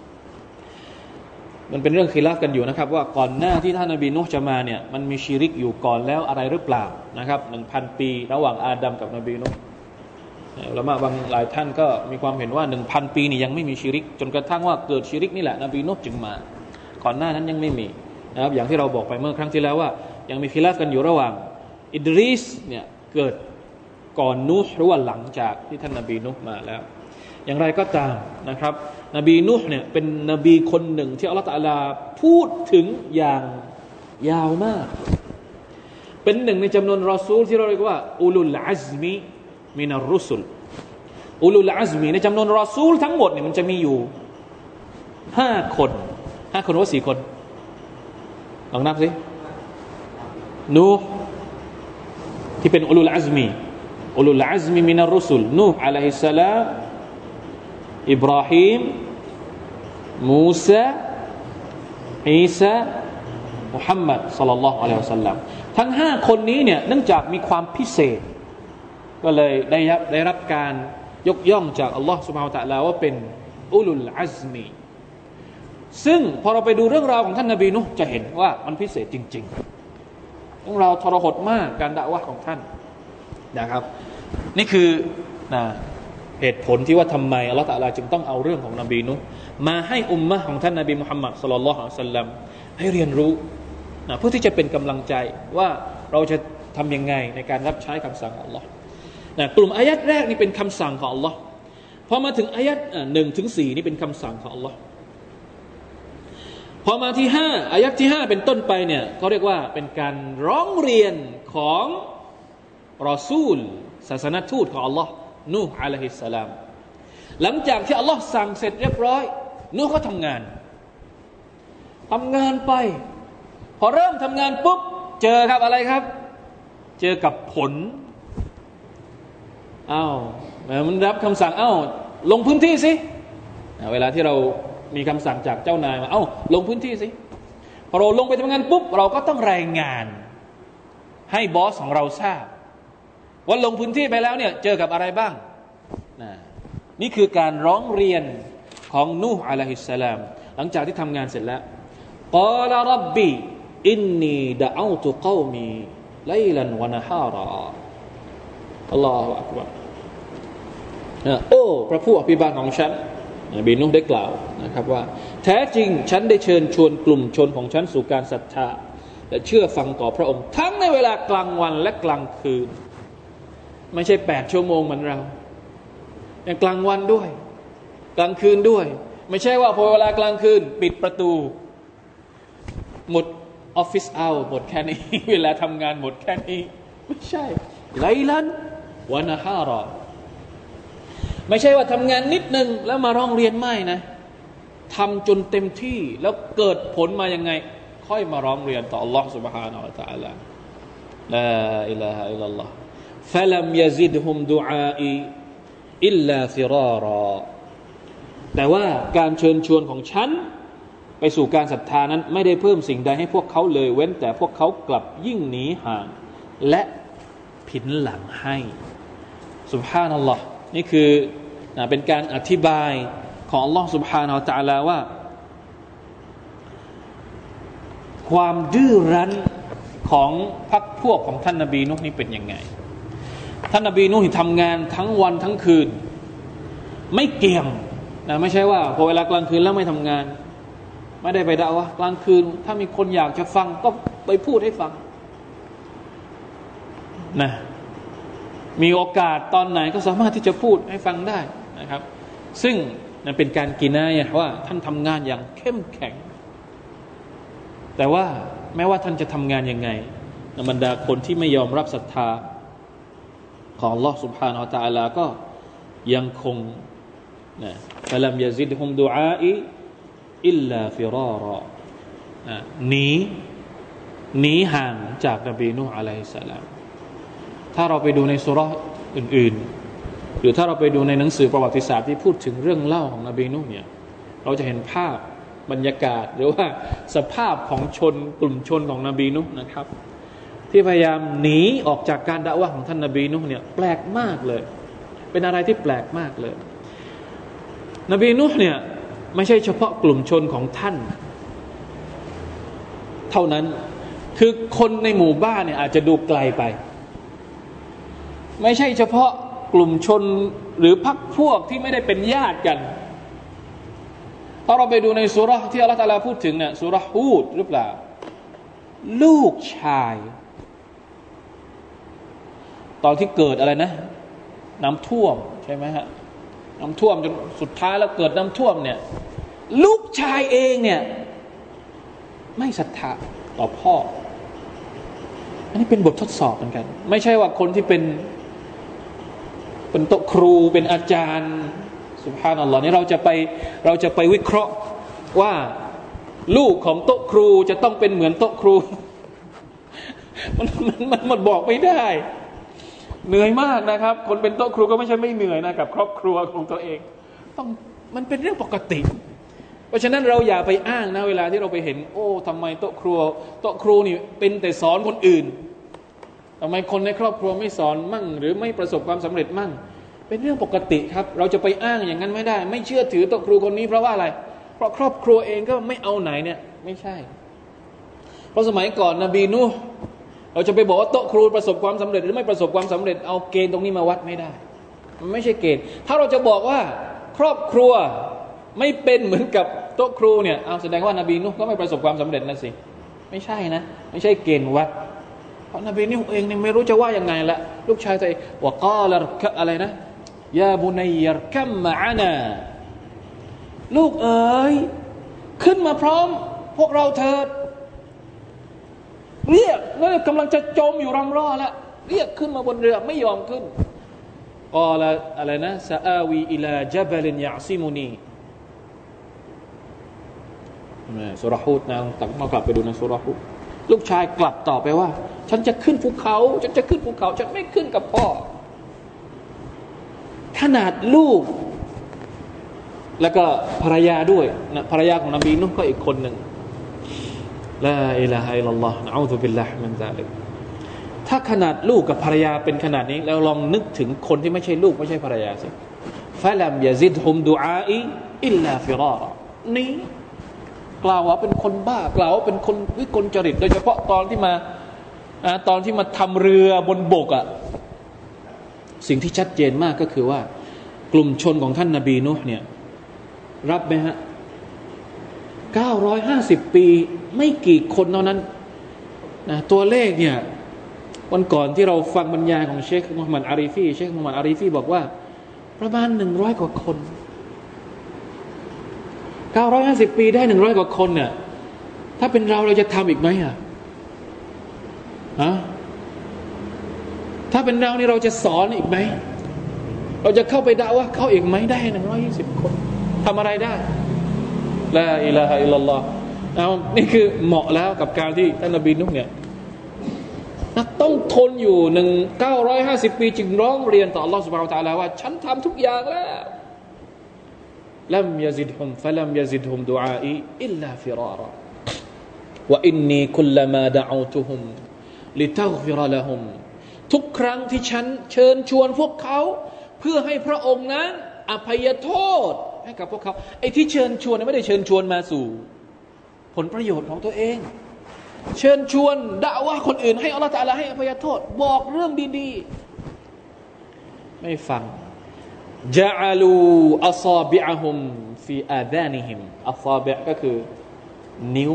มันเป็นเรื่องคิลาฟกันอยู่นะครับว่าก่อนหน้าที่ท่านนบีนูห์จะมาเนี่ยมันมีชิริกอยู่ก่อนแล้วอะไรหรือเปล่านะครับ หนึ่งพัน ปีระหว่างอาดัมกับนบีนูห์อุลามะบางหลายท่านก็มีความเห็นว่า หนึ่งพัน ปีนี่ยังไม่มีชิริกจนกระทั่งว่าเกิดชิริกนี่แหละนบีนูห์จึงมาก่อนหน้านั้นยังไม่มีนะครับอย่างที่เราบอกไปเมื่อครั้งที่แล้วว่ายังมีคิลาฟกันอยู่ระหว่างอิดริสเนี่ยเกิดก่อนนูห์หรือว่าหลังจากที่ท่านนบีนูห์มาแล้วอย่างไรก็ตามนะครับนบีนูห์เนี่ยเป็นนบีคนหนึ่งที่อัลเลาะห์ตะอาลาพูดถึงอย่างยาวมากเป็นหนึ่งในจำนวนรอซูลที่เราเรียกว่าอุลุลอัซมีมินัรรุสุลอุลุลอัซมีในจำนวนรอซูลทั้งหมดเนี่ยมันจะมีอยู่ห้าคนห้าคนหรือว่าสี่คนลองนับสินูห์ที่เป็นอุลุลอัซมีอุลุลอัซมีมินัรรุสุลนูห์อะลัยฮิสสลามอิบราฮิมมูซาอีซามุฮัมมัดศ็อลลัลลอฮุอะลัยฮิวะซัลลัมทั้งห้าคนนี้เนี่ยเนื่องจากมีความพิเศษก็เลยได้รับได้รับการยกย่องจากอัลลอฮฺซุบฮานะฮูวะตะอาลาว่าเป็นอุลุลอัซมีซึ่งพอเราไปดูเรื่องราวของท่านนบีนูห์จะเห็นว่ามันพิเศษจริงๆเรื่องราวทรหดมากการดะอ์วะห์ของท่านนะครับนี่คือนะเหตุผลที่ว่าทำไมอัลเลาะห์ตะอาลาจึงต้องเอาเรื่องของนบีนูห์มาให้อุมมะห์ของท่านนบีมุฮัมมัดศ็อลลัลลอฮุอะลัยฮิวะซัลลัมให้เรียนรู้นะเพื่อที่จะเป็นกำลังใจว่าเราจะทำยังไงในการรับใช้คำสั่งของอัลเลาะห์นะกลุ่มอายัดแรกนี่เป็นคำสั่งของอัลเลาะห์พอมาถึงอายัดหนึ่งถึงสี่นี่เป็นคำสั่งของอัลเลาะห์พอมาที่ห้าอายัดที่ห้าเป็นต้นไปเนี่ยเขาเรียกว่าเป็นการร้องเรียนของรอซูลศาสนทูตของอัลเลาะห์นูห์อะลัยฮิสสลามหลังจากที่อัลลอฮ์สั่งเสร็จเรียบร้อยนูห์ก็ทำงานทำงานไปพอเริ่มทำงานปุ๊บเจอครับอะไรครับเจอกับผลอ้าวมันรับคำสั่งอ้าวลงพื้นที่สิเวลาที่เรามีคำสั่งจากเจ้านายมาอ้าวลงพื้นที่สิพอเราลงไปทำงานปุ๊บเราก็ต้องรายงานให้บอสของเราทราบว่าลงพื้นที่ไปแล้วเนี่ยเจอกับอะไรบ้างนะนี่คือการร้องเรียนของนูห์อะลัยฮิสสลามหลังจากที่ทำงานเสร็จแล้วกอลารับบีอินนีดะเอาตุกอมีไลลันวะนะฮาราอัลลอฮฺอักบัรโอ้พระผู้อภิบาลของฉันนบีนูฮ์ได้กล่าวนะครับว่าแท้จริงฉันได้เชิญชวนกลุ่มชนของฉันสู่การศรัทธาและเชื่อฟังต่อพระองค์ทั้งในเวลากลางวันและกลางคืนไม่ใช่แปดชั่วโมงเหมือนเราในกลางวันด้วยกลางคืนด้วยไม่ใช่ว่าพอเวลากลางคืนปิดประตูหมดออฟฟิศเอาหมดแค่นี้เวลาทำงานหมดแค่นี้ไม่ใช่ไลลันวะนะฮารอไม่ใช่ว่าทำงานนิดนึงแล้วมาร้องเรียนไม่นะทำจนเต็มที่แล้วเกิดผลมายังไงค่อยมาร้องเรียนต่อ Allah سبحانه และ تعالى ลาอิลาฮะอิลลัลลอฮ فلم يزدهم دعائي إلا فرارا แต่ว่าการเชิญชวนของฉันไปสู่การศรัทธานั้นไม่ได้เพิ่มสิ่งใดให้พวกเขาเลยเว้นแต่พวกเขากลับยิ่งหนีห่างและผินหลังให้ซุบฮานัลลอฮ์นี่คือเป็นการอธิบายของ Allah سبحانه และ تعالى ว่าความดื้อรั้นของพรรคพวกของท่านนบีนูฮ์นี่เป็นยังไงท่านนบีนูฮ์ทำงานทั้งวันทั้งคืนไม่เกี่ยงนะไม่ใช่ว่าพอเวลากลางคืนแล้วไม่ทำงานไม่ได้ไปด่าวะกลางคืนถ้ามีคนอยากจะฟังก็ไปพูดให้ฟังนะมีโอกาสตอนไหนก็สามารถที่จะพูดให้ฟังได้นะครับซึ่งนั่นเป็นการกินนะว่าท่านทำงานอย่างเข้มแข็งแต่ว่าแม้ว่าท่านจะทำงานยังไงบรรดาคนที่ไม่ยอมรับศรัทธาของ Allah سبحانه และ تعالى ก็ยังคงนะฟะลัมยะซิดฮุมดุอาอีอิลลาฟิรารอหนีหนีห่างจากนบีนูฮ์อะลัยฮิสสลามถ้าเราไปดูในซูเราะห์อื่นๆหรือถ้าเราไปดูในหนังสือประวัติศาสตร์ที่พูดถึงเรื่องเล่าของนบีนูฮ์เนี่ยเราจะเห็นภาพบรรยากาศหรือว่าสภาพของชนกลุ่มชนของนบีนูฮ์นะครับที่พยายามหนีออกจากการดะอ์วะห์ของท่านนบีนูฮ์เนี่ยแปลกมากเลยเป็นอะไรที่แปลกมากเลยนบีนูฮ์เนี่ยไม่ใช่เฉพาะกลุ่มชนของท่านเท่านั้นคือคนในหมู่บ้านเนี่ยอาจจะดูไกลไปไม่ใช่เฉพาะกลุ่มชนหรือพรรคพวกที่ไม่ได้เป็นญาติกันถ้าเราไปดูในซูเราะห์ที่อัลเลาะห์ตะอาลาพูดถึงเนี่ยซูเราะห์ฮูดหรือเปล่าลูกชายตอนที่เกิดอะไรนะน้ำท่วมใช่ไหมฮะน้ำท่วมจนสุดท้ายแล้วเกิดน้ำท่วมเนี่ยลูกชายเองเนี่ยไม่ศรัทธาต่อพ่ออันนี้เป็นบททดสอบเหมือนกันไม่ใช่ว่าคนที่เป็นเป็นโต๊ะครูเป็นอาจารย์ซุบฮานัลลอฮ์นี่เราจะไปเราจะไปวิเคราะห์ว่าลูกของโต๊ะครูจะต้องเป็นเหมือนโต๊ะครูมันมันมันมันบอกไม่ได้เหนื่อยมากนะครับคนเป็นโต๊ะครูก็ไม่ใช่ไม่เหนื่อยนะกับครอบครัวของตัวเองต้องมันเป็นเรื่องปกติเพราะฉะนั้นเราอย่าไปอ้างนะเวลาที่เราไปเห็นโอ้ทำไมโต๊ะครัวโต๊ะครูนี่เป็นแต่สอนคนอื่นทำไมคนในครอบครัวไม่สอนมั่งหรือไม่ประสบความสำเร็จมั่งเป็นเรื่องปกติครับเราจะไปอ้างอย่างนั้นไม่ได้ไม่เชื่อถือโต๊ะครูคนนี้เพราะว่าอะไรเพราะครอบครัวเองก็ไม่เอาไหนเนี่ยไม่ใช่เพราะสมัยก่อนนบีนูฮ์เราจะไปบอกว่าโต๊ะครูประสบความสำเร็จหรือไม่ประสบความสำเร็จเอาเกณฑ์ตรงนี้มาวัดไม่ได้มันไม่ใช่เกณฑ์ถ้าเราจะบอกว่าครอบครัวไม่เป็นเหมือนกับโต๊ะครูเนี่ยเอาแสดงว่านบีนูฮ์ก็ไม่ประสบความสำเร็จนะสิไม่ใช่นะไม่ใช่เกณฑ์วัดเพราะนบีนูฮ์เองเนี่ยไม่รู้จะว่ายังไงละลูกชายตัวเองว่ากาลอะไรนะยาบุนัยยัรกัมมะอานาลูกเอ๋ยขึ้นมาพร้อมพวกเราเถิดเรียกแล้วกำลังจะจมอยู่รำรอแล้วเรียกขึ้นมาบนเรือไม่ยอมขึ้นกาลอะไรนะซะอาวีอิลาจับลินยะซิมุนีซูเราะห์ฮูดนะตักมากลับไปดูในซูเราะห์ฮูดลูกชายกลับต่อไปว่าฉันจะขึ้นภูเขาฉันจะขึ้นภูเขาฉันไม่ขึ้นกับพ่อขนาดลูกแล้วก็ภรรยาด้วยนะภรรยาของนบีนูฮ์ก็อีกคนหนึ่งลาอิลาฮะอิลลัลลอฮ์นะอูซุบิลลาฮิมินซาลิกถ้าขนาดลูกกับภรรยาเป็นขนาดนี้แล้วลองนึกถึงคนที่ไม่ใช่ลูกไม่ใช่ภรรยาสิฟะลัมยะซิดฮุมดุอาอีอิลลาฟิรารอนี่กล่าวว่าเป็นคนบ้ากล่าวว่าเป็นคนวิกลจริตโดยเฉพาะตอนที่มาตอนที่มาทำเรือบนบกอ่ะสิ่งที่ชัดเจนมากก็คือว่ากลุ่มชนของท่านนบีนูห์เนี่ยรับไหมฮะเก้าร้อยห้าสิบปีไม่กี่คนเท่านั้นนะตัวเลขเนี่ยวันก่อนที่เราฟังบรรยายของเชคมุฮัมมัดอารีฟีเชคมุฮัมมัดอารีฟีบอกว่าประมาณหนึ่งร้อยกว่าคนเก้าร้อยห้าสิบปีได้หนึ่งร้อยกว่าคนเนี่ยถ้าเป็นเราเราจะทำอีกไหมอ่ะฮะถ้าเป็นเรานี่เราจะสอนอีกไหมเราจะเข้าไปด่าว่าเข้าอีกไหมได้หนึ่งร้อยยี่สิบคนทำอะไรได้ลาอิลาฮะอิลลัลลอฮ์เอานี่คือเหมาะแล้วกับการที่ท่านนบีนุห์เนี่ยต้องทนอยู่หนึ่งเก้าร้อยห้าสิบปีจึงร้องเรียนต่อ Allah سبحانه และ تعالى ว่าฉันทำทุกอย่างแล้วลัมยะซิดฮุมฟะลัมยะซิดฮุมดุอาอีอิลลาฟิราราวะอินนีคุลลมาดะอูตุฮุมลิตัฆฟิรละฮุมทุกครั้งที่ฉันเชิญชวนพวกเขาเพื่อให้พระองค์นั้นอภัยโทษให้กับพวกเขาไอ้ที่เชิญชวนไม่ได้เชิญชวนมาสู่ผลประโยชน์ของตัวเองเชิญชวนด่าว่าคนอื่นให้อัลเลาะห์ตะอาลาให้อภัยโทษบอกเรื่องดีๆไม่ฟังจาอะลูอัศอบิอะฮุมฟีอาซานิฮิมอัศอบิก็คือนิ้ว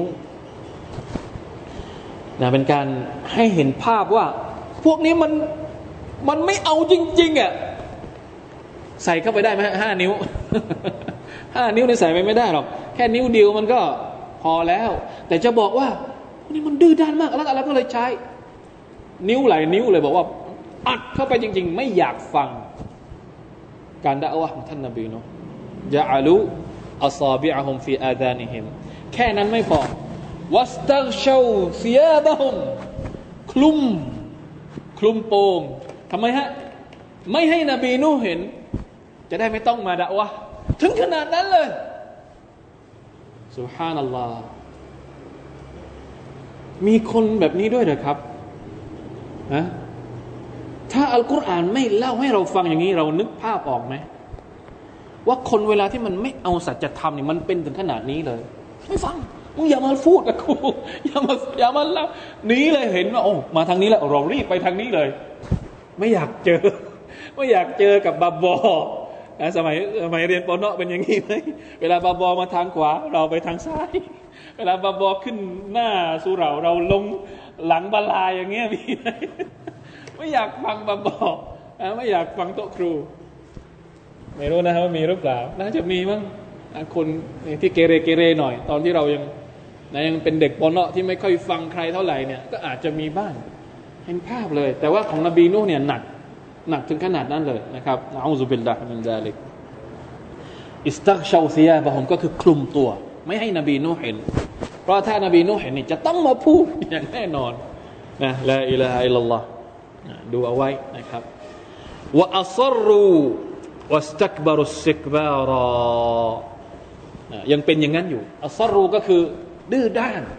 นะเป็นการให้เห็นภาพว่าพวกนี้มันมันไม่เอาจริงๆอ่ะใส่เข้าไปได้ไหมห้านิ้วห้านิ้วนี่ใส่ไปไม่ได้หรอกแค่นิ้วเดียวมันก็พอแล้วแต่จะบอกว่านี่มันดื้อด้านมากแล้วอะไรก็เลยใช้นิ้วหลายนิ้วเลยบอกว่าอัดเข้าไปจริงๆไม่อยากฟังการด่าว่าของท่านนบีเนาะยะอะลูอัศอบิอะฮุมฟีอาซานิฮิมแค่นั้นไม่พอวัสตัฆชาวซิยาบะฮุมคลุมคลุมโปงทำไมฮะไม่ให้นบีนูห์เห็นจะได้ไม่ต้องมาด่าว่าถึงขนาดนั้นเลยซุบฮานัลลอฮ์มีคนแบบนี้ด้วยเหรอครับฮะถ้าอัลกุรอานไม่เล่าให้เราฟังอย่างนี้เรานึกภาพออกไหมว่าคนเวลาที่มันไม่เอาสัจธรรมนี่มันเป็นถึงขนาดนี้เลยไม่ฟังมึงอย่ามาพูดกับกูอย่ามาอย่ามาเล่าหนีเลยเห็นว่าโอ้มาทางนี้แล้วเรารีบไปทางนี้เลยไม่อยากเจอไม่อยากเจอกับบาบอสมัยสมัยเรียนปนเป็นอย่างนี้ไหมเวลาบาบอมาทางขวาเราไปทางซ้ายเวลาบาบอขึ้นหน้าสู่เราเราลงหลังบาลายอย่างเงี้ยมีไหมไม่อยากฟังบาบอไม่อยากฟังโต๊ะครูไม่รู้นะว่ามีหรือเปล่าน่าจะมีมั้งคนที่เกเรเกเรหน่อยตอนที่เรายังยังเป็นเด็กปนที่ไม่ค่อยฟังใครเท่าไหร่เนี่ยก็อาจจะมีบ้างเห็นภาพเลยแต่ว่าของนบีนูห์เนี่ยหนักหนักถึงขนาดนั้นเลยนะครับนะอูซุบิลลาฮิมินซาลิกอิสตัฆชาวซิยาบะฮุมก็คือคลุมตัวไม่ให้นบีนูห์เห็นเพราะถ้านบีนูห์เห็นนี่จะต้องมาพูดอย่างแน่นอนนะลาอิลาฮะอิลลัลลอฮ์ดูเอาไว้นะครับวะอัศรูวัสตักบารุสติกบารอยังเป็นอย่างนั้นอยู่อัศรูก็คือดื้อด้าน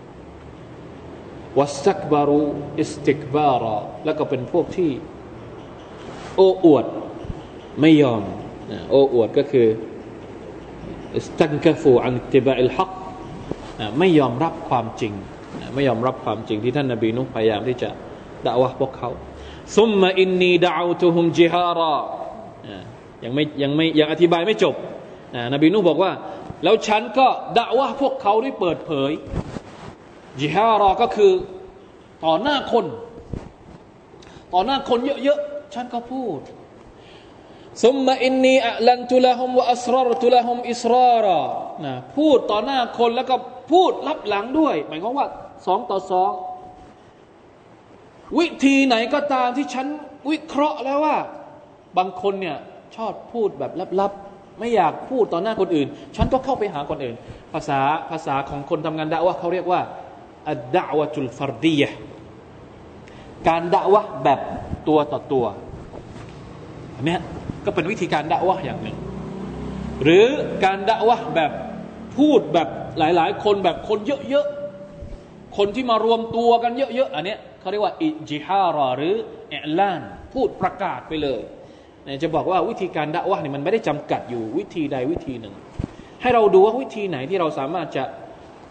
วัสตักบารุอิสติกบารอแล้วก็เป็นพวกที่โอ้อวดไม่ยอมโอ้อวดก็คืออิสตันกะฟูอันอิติบะอิลฮักไม่ยอมรับความจริงไม่ยอมรับความจริงที่ท่านนบีนุห์พยายามที่จะด่าวะพวกเขาซุมมะอินนีดะอูตุฮุมจิฮารายังไม่ยังไม่ยังอธิบายไม่จบนบีนุห์บอกว่าแล้วฉันก็ด่าวะพวกเขาด้วยเปิดเผยจิฮาราก็คือต่อหน้าคนต่อหน้าคนเยอะๆฉันก็พูดซุมมะอินนีอะลันตุละฮุมวะอัสรารตุละฮุมอิสรารานะพูดต่อหน้าคนแล้วก็พูดลับหลังด้วยหมายความว่าสองต่อสองวิธีไหนก็ตามที่ฉันวิเคราะห์แล้วว่าบางคนเนี่ยชอบพูดแบบลับๆไม่อยากพูดต่อหน้าคนอื่นฉันก็เข้าไปหาคนอื่นภาษาภาษาของคนทำงานดะอวะห์เขาเรียกว่าอัดดะอวะตุลฟัรดียะห์การดะอวะห์แบบตัวต่อตัวอันนี้ก็เป็นวิธีการดะอวะห์อย่างหนึ่งหรือการดะอวะห์แบบพูดแบบหลายๆคนแบบคนเยอะๆคนที่มารวมตัวกันเยอะๆอันนี้เขาเรียกว่าอิจิฮาราหรืออิอลานพูดประกาศไปเลยจะบอกว่าวิธีการดะอวะห์นี่มันไม่ได้จำกัดอยู่วิธีใดวิธีหนึ่งให้เราดูว่าวิธีไหนที่เราสามารถจะ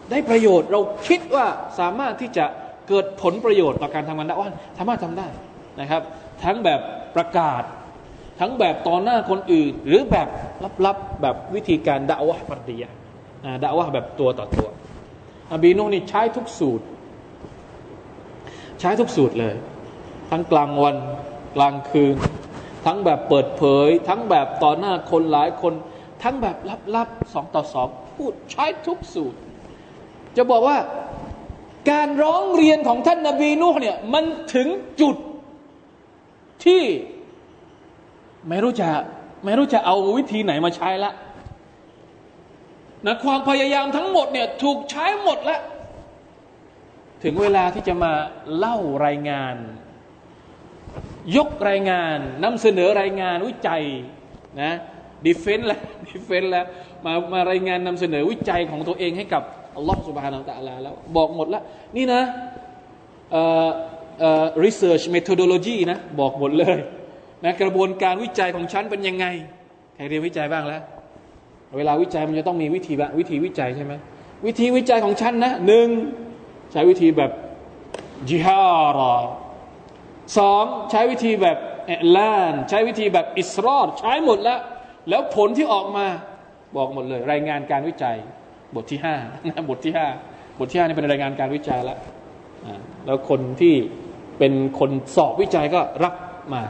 ได้ประโยชน์เราคิดว่าสามารถที่จะเกิดผลประโยชน์ต่อการทำงานดะอ์วะห์สามารถทำได้นะครับทั้งแบบประกาศทั้งแบบต่อหน้าคนอื่นหรือแบบลับๆแบบวิธีการดะอ์วะห์ฟัรดียะห์ดะอ์วะห์แบบตัวต่อตัวนบีนูห์นี่ใช้ทุกสูตรใช้ทุกสูตรเลยทั้งกลางวันกลางคืนทั้งแบบเปิดเผยทั้งแบบต่อหน้าคนหลายคนทั้งแบบลับๆสองต่อสองพูดใช้ทุกสูตรจะบอกว่าการร้องเรียนของท่านนบีนูห์เนี่ยมันถึงจุดที่ไม่รู้จะไม่รู้จะเอาวิธีไหนมาใช้ละนะความพยายามทั้งหมดเนี่ยถูกใช้หมดแล้วถึงเวลาที่จะมาเล่ารายงานยกรายงานนำเสนอรายงานวิจัยนะดีเฟนส์แล้วดีเฟนส์แล้วมามารายงานนำเสนอวิจัยของตัวเองให้กับอัลลอฮฺซุบฮานะฮูวะตะอาลาแล้วบอกหมดแล้วนี่นะเอ่อเอ่อ research methodology นะบอกหมดเลยนะกระบวนการวิจัยของฉันเป็นยังไงใครเรียนวิจัยบ้างแล้วเวลาวิจัยมันจะต้องมีวิธีวิธีวิจัยใช่ไหมวิธีวิจัยของฉันนะหนึ่งใช้วิธีแบบจิฮาระสองใช้วิธีแบบเอลานใช้วิธีแบบอิสรอรใช้หมดแล้วแล้วผลที่ออกมาบอกหมดเลยรายงานการวิจัยบทที่ห้าบทที่ห้าบทที่ห้านี่เป็นรายงานการวิจัยแล้วแล้วคนที่เป็นคนสอบวิจัยก็รับมา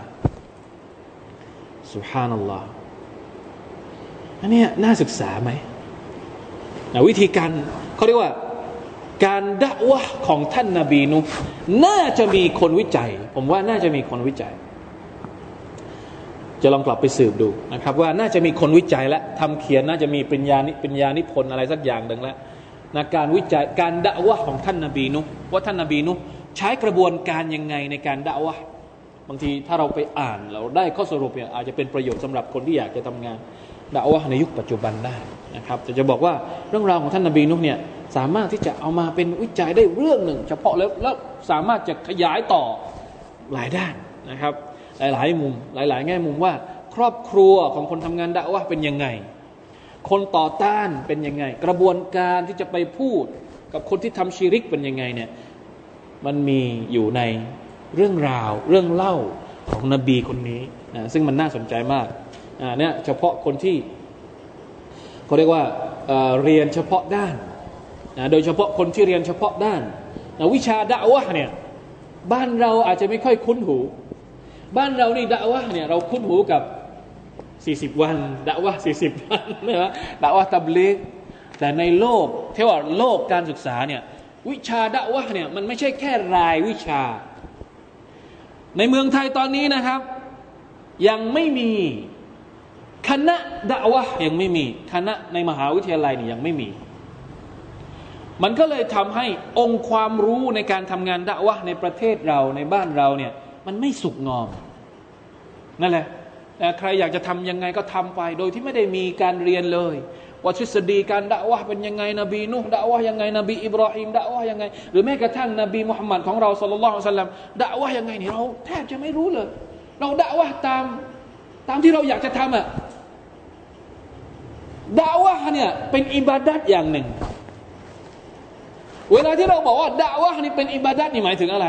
ซุบฮานัลลอฮ์อันนี้น่าศึกษาไหมวิธีการเขาเรียกว่าการดะอ์วะห์ของท่านนบีนูห์น่าจะมีคนวิจัยผมว่าน่าจะมีคนวิจัยจะลองกลับไปสืบดูนะครับว่าน่าจะมีคนวิจัยและทำเขียนน่าจะมีปริญญานิปริญญานิพนธ์อะไรสักอย่างหนึ่งแล้วนะการวิจัยการดะอ์วะห์ของท่านนบีนูห์ว่าท่านนบีนูห์ใช้กระบวนการยังไงในการดะอ์วะห์บางทีถ้าเราไปอ่านเราได้ข้อสรุปเนี่ยอาจจะเป็นประโยชน์สำหรับคนที่อยากจะทำงานดะอ์วะห์ในยุคปัจจุบันได้นะครับแต่จะบอกว่าเรื่องราวของท่านนบีนูห์เนี่ยสามารถที่จะเอามาเป็นวิจัยได้เรื่องหนึ่งเฉพาะแล้วแล้วสามารถจะขยายต่อหลายด้านนะครับหลายๆมุมหลายๆแง่มุมว่าครอบครัวของคนทำงานดะอ์วะห์เป็นยังไงคนต่อต้านเป็นยังไงกระบวนการที่จะไปพูดกับคนที่ทำชิริกเป็นยังไงเนี่ยมันมีอยู่ในเรื่องราวเรื่องเล่าของนบีคนนี้นะซึ่งมันน่าสนใจมากอ่าเนี่ยเฉพาะคนที่เขาเรียกว่า เอ่อ เรียนเฉพาะด้านนะโดยเฉพาะคนที่เรียนเฉพาะด้านนะวิชาดะอ์วะห์เนี่ยบ้านเราอาจจะไม่ค่อยคุ้นหูบ้านเรานี่ดะอ์วะห์เนี่ยเราคุ้นหูกับสี่สิบวันดะอ์วะห์สี่สิบวันนะดะอ์วะห์ตับลีกแต่ในโลกที่ว่าโลกการศึกษาเนี่ยวิชาดะอ์วะห์เนี่ยมันไม่ใช่แค่รายวิชาในเมืองไทยตอนนี้นะครับยังไม่มีคณะดะอ์วะห์ยังไม่มีคณะในมหาวิทยาลัยนี่ยังไม่มีมันก็เลยทำให้องค์ความรู้ในการทำงานดะอ์วะห์ในประเทศเราในบ้านเราเนี่ยมันไม่สุกงอมนั่นแหละใครอยากจะทำยังไงก็ทำไปโดยที่ไม่ได้มีการเรียนเลยว่าทฤษฎีการดะอ์วะห์เป็นยังไงนบีนูห์ดะอ์วะห์ยังไงนบีอิบราฮิมดะอ์วะห์ยังไงหรือแม้กระทั่งนบีมุฮัมมัดของเราศ็อลลัลลอฮุอะลัยฮิวะซัลลัมดะอ์วะห์ยังไงนี่เราแทบจะไม่รู้เลยเราดะอ์วะห์ตามตามที่เราอยากจะทำอะดะอ์วะห์เนี่ยเป็นอิบาดัตอย่างหนึ่งเวลาที่เราบอกว่าดะอ์วะห์นี่เป็นอิบาดัตนี่หมายถึงอะไร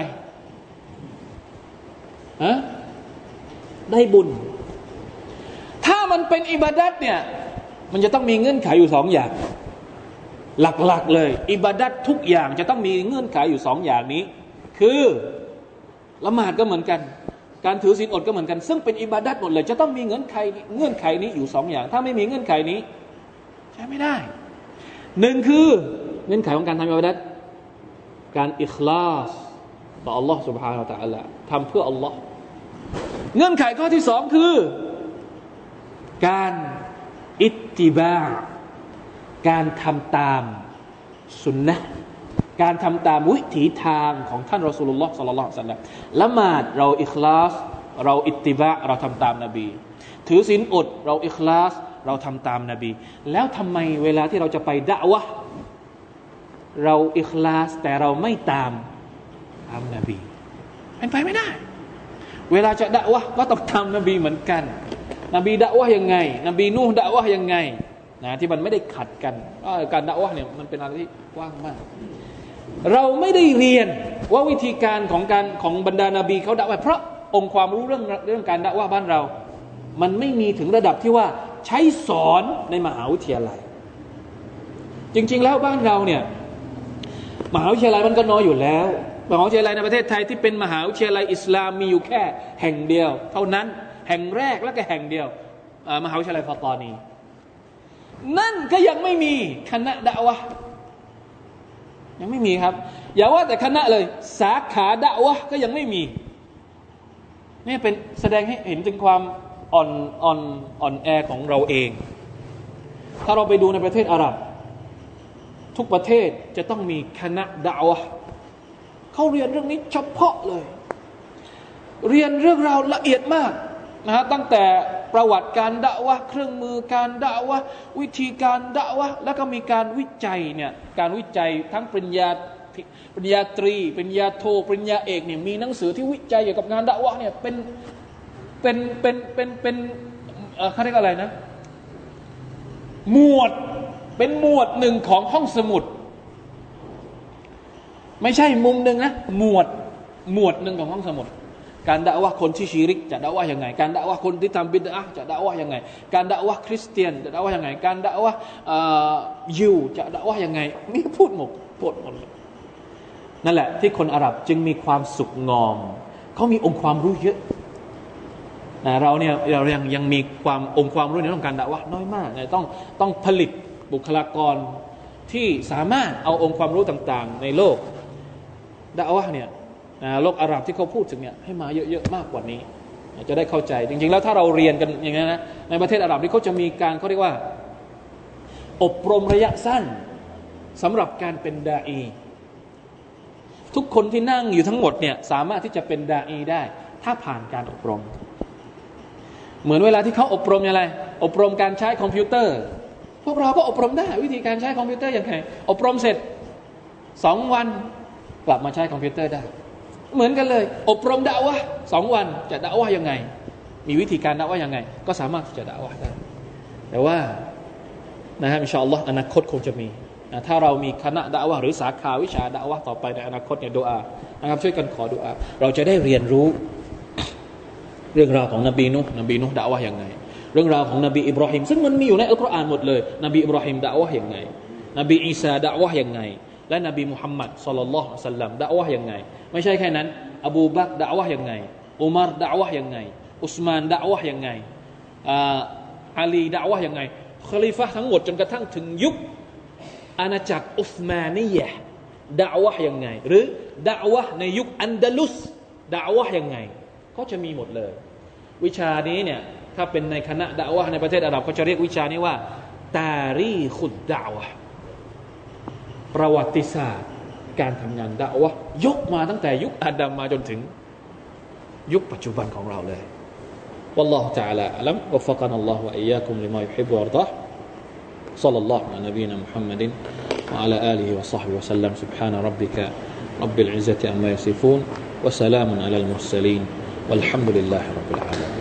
ฮะได้บุญถ้ามันเป็นอิบาดัตเนี่ยมันจะต้องมีเงื่อนไขอยู่สองอย่างหลักๆเลยอิบาดัตทุกอย่างจะต้องมีเงื่อนไขอยู่สองอย่างนี้คือละหมาดก็เหมือนกันการถือศีลอดก็เหมือนกันซึ่งเป็นอิบาดัตหมดเลยจะต้องมีเงื่อนไขเงื่อนไขนี้อยู่สองอย่างถ้าไม่มีเงื่อนไขนี้ใช้ไม่ได้หนึ่งคือเงื่อนไขของการทำอิบาดัตการอิคลาสต่อ Allah سبحانه และ تعالى ทำเพื่อ Allah เงื่อนไขข้อที่สองคือการอิตติบาการทำตามสุนนะห์การทำตามวิถีทางของท่านรอซูลุลลอฮ์ศ็อลลัลลอฮุอะลัยฮิวะซัลลัมละหมาดเราอิคลาสเราอิตติบาเราทำตามนบีถือศีลอดเราอิคลาสเราทำตามนบีแล้วทำไมเวลาที่เราจะไปดะอ์วะห์เราอิคลาสแต่เราไม่ตามตามนบีเป็นไปไม่ได้เวลาจะดะอ์วะห์ก็ต้องตามนบีเหมือนกันนบีดะอ์วะห์ยังไงนบีนูห์ดะอ์วะห์ยังไงนะที่มันไม่ได้ขัดกันการดะอ์วะห์เนี่ยมันเป็นอะไรที่กว้างมากเราไม่ได้เรียนว่าวิธีการของการของบรรดานบีเขาดะอ์วะห์เพราะองค์ความรู้เรื่องเรื่องการดะอ์วะห์บ้านเรามันไม่มีถึงระดับที่ว่าใช้สอนในมหาวิทยาลัยจริงๆแล้วบ้านเราเนี่ยมหาวิทยาลัยมันก็น้อยอยู่แล้วมหาวิทยาลัยในประเทศไทยที่เป็นมหาวิทยาลัยอิสลามมีอยู่แค่แห่งเดียวเท่านั้นแห่งแรกและก็แห่งเดียวมหาวิทยาลัยฟาตานีนั่นก็ยังไม่มีคณะดะอ์วะห์ยังไม่มีครับอย่าว่าแต่คณะเลยสาขาดะอ์วะห์ก็ยังไม่มีนี่เป็นแสดงให้เห็นถึงความอ่อนอ่อนอ่อนแอของเราเองถ้าเราไปดูในประเทศอาหรับทุกประเทศจะต้องมีคณะดะอ์วะห์เขาเรียนเรื่องนี้เฉพาะเลยเรียนเรื่องราวละเอียดมากนะฮะตั้งแต่ประวัติการดะอ์วะห์เครื่องมือการดะอ์วะห์วิธีการดะอ์วะห์แล้วก็มีการวิจัยเนี่ยการวิจัยทั้งปริญญาปริญญาตรีปริญญาโทปริญญาเอกเนี่ยมีหนังสือที่วิจัยเกี่ยวกับงานดะอ์วะห์เนี่ยเป็นเป็นเป็นเป็นเป็นเอ่อเขาเรียกอะไรนะหมวดเป็นหมวดหนึ่งของห้องสมุดไม่ใช่มุมหนึ่งนะหมวดหมวดหนึ่งของห้องสมุดการดะอ์วะห์คนที่ชิริกจะดะอ์วะห์ยังไงการดะอ์วะห์คนที่ทำบิดอะห์จะดะอ์วะห์ยังไงการดะอ์วะห์คริสเตียนจะดะอ์วะห์ยังไงการดะอ์วะห์ยิวจะดะอ์วะห์ยังไงมีพูดหมดพูดหมดนั่นแหละที่คนอาหรับจึงมีความสุขงอมเขามีองค์ความรู้เยอะนะเราเนี่ยเรายังยังมีความองค์ความรู้ในเรื่องการดะอ์วะห์น้อยมากนะต้องต้องผลิตบุคลากรที่สามารถเอาองค์ความรู้ต่างๆในโลกดะอ์วะห์เนี่ยโลกอาหรับที่เขาพูดถึงเนี่ยให้มาเยอะๆมากกว่านี้จะได้เข้าใจจริงๆแล้วถ้าเราเรียนกันอย่างนี้นะในประเทศอาหรับนี่เขาจะมีการเขาเรียกว่าอบรมระยะสั้นสำหรับการเป็นดาอีทุกคนที่นั่งอยู่ทั้งหมดเนี่ยสามารถที่จะเป็นดาอีได้ถ้าผ่านการอบรมเหมือนเวลาที่เขาอบรมอะไรอบรมการใช้คอมพิวเตอร์พวกเราก็อบรมได้วิธีการใช้คอมพิวเตอร์อย่างไรอบรมเสร็จสองวันกลับมาใช้คอมพิวเตอร์ได้เหมือนกันเลยอบรมดะอ์วะห์สองวันจะดะอ์วะห์ยังไงมีวิธีการดะอ์วะห์ยังไงก็สามารถที่จะดะอ์วะห์ได้แต่ว่านะฮะอินชาอัลลอฮ์อนาคตคงจะมีนะถ้าเรามีคณะดะอ์วะห์หรือสาขาวิชาดะอ์วะห์ต่อไปในอนาคตเนี่ยดุอานะครับช่วยกันขอดุอาเราจะได้เรียนรู้เรื่องราวของนบีนูห์นบีนูห์ดะอ์วะห์ยังไงเรื่องราวของนบีอิบราฮิมซึ่งมันมีอยู่ในอัลกุรอานหมดเลยนบีอิบราฮิมดะอ์วะห์ยังไงนบีอีสาดะอ์วะห์ยังไงและนบีมุฮัมมัดศ็อลลัลลอฮุอะลัยฮิวะซัลลัมดะอ์วะห์ยังไงไม่ใช่แค่นั้นอบูบักรดะอ์วะห์ยังไงอุมัรดะอ์วะห์ยังไงอุสมานดะอ์วะห์ยังไงอาลีดะอ์วะห์ยังไงคอลิฟะห์ทั้งหมดจนกระทั่งถึงยุคอาณาจักรอุสมานียะห์ดะอ์วะห์ยังไงหรือดะอ์วะห์ในยุคอันดาลุสดะอ์วะห์ยังไงก็จะมีหมดเลยวิชานี้เนี่ยถ้าเป็นในคณะดะอ์วะห์ในประเทศอาหรับเขาจะเรียกวิชานี้ว่าตารีคุดดะอ์วะห์ประวัติศาสตร์การทำงานดะอ์วะห์ยกมาตั้งแต่ยุคอาดัมมาจนถึงยุคปัจจุบันของเราเลยวัลลอฮุตะอาลาอะลัมวัฟฟะกะนัลลอฮุวะอียากุมลิมายุฮิบบุวะยัรฎอศ็อลลัลลอฮุอะลานบีนะมุฮัมมัดวะอะลาอาลิฮิวะศอฮบิฮิวะซัลลัมซุบฮานะร็อบบิกะร็อบบิลอิซซะติอัมมายัซิฟูนวะสะลามุนอะลัลมุรสะลีนวัลฮัมดุลิลลาฮิร็อบบิลอาลามีน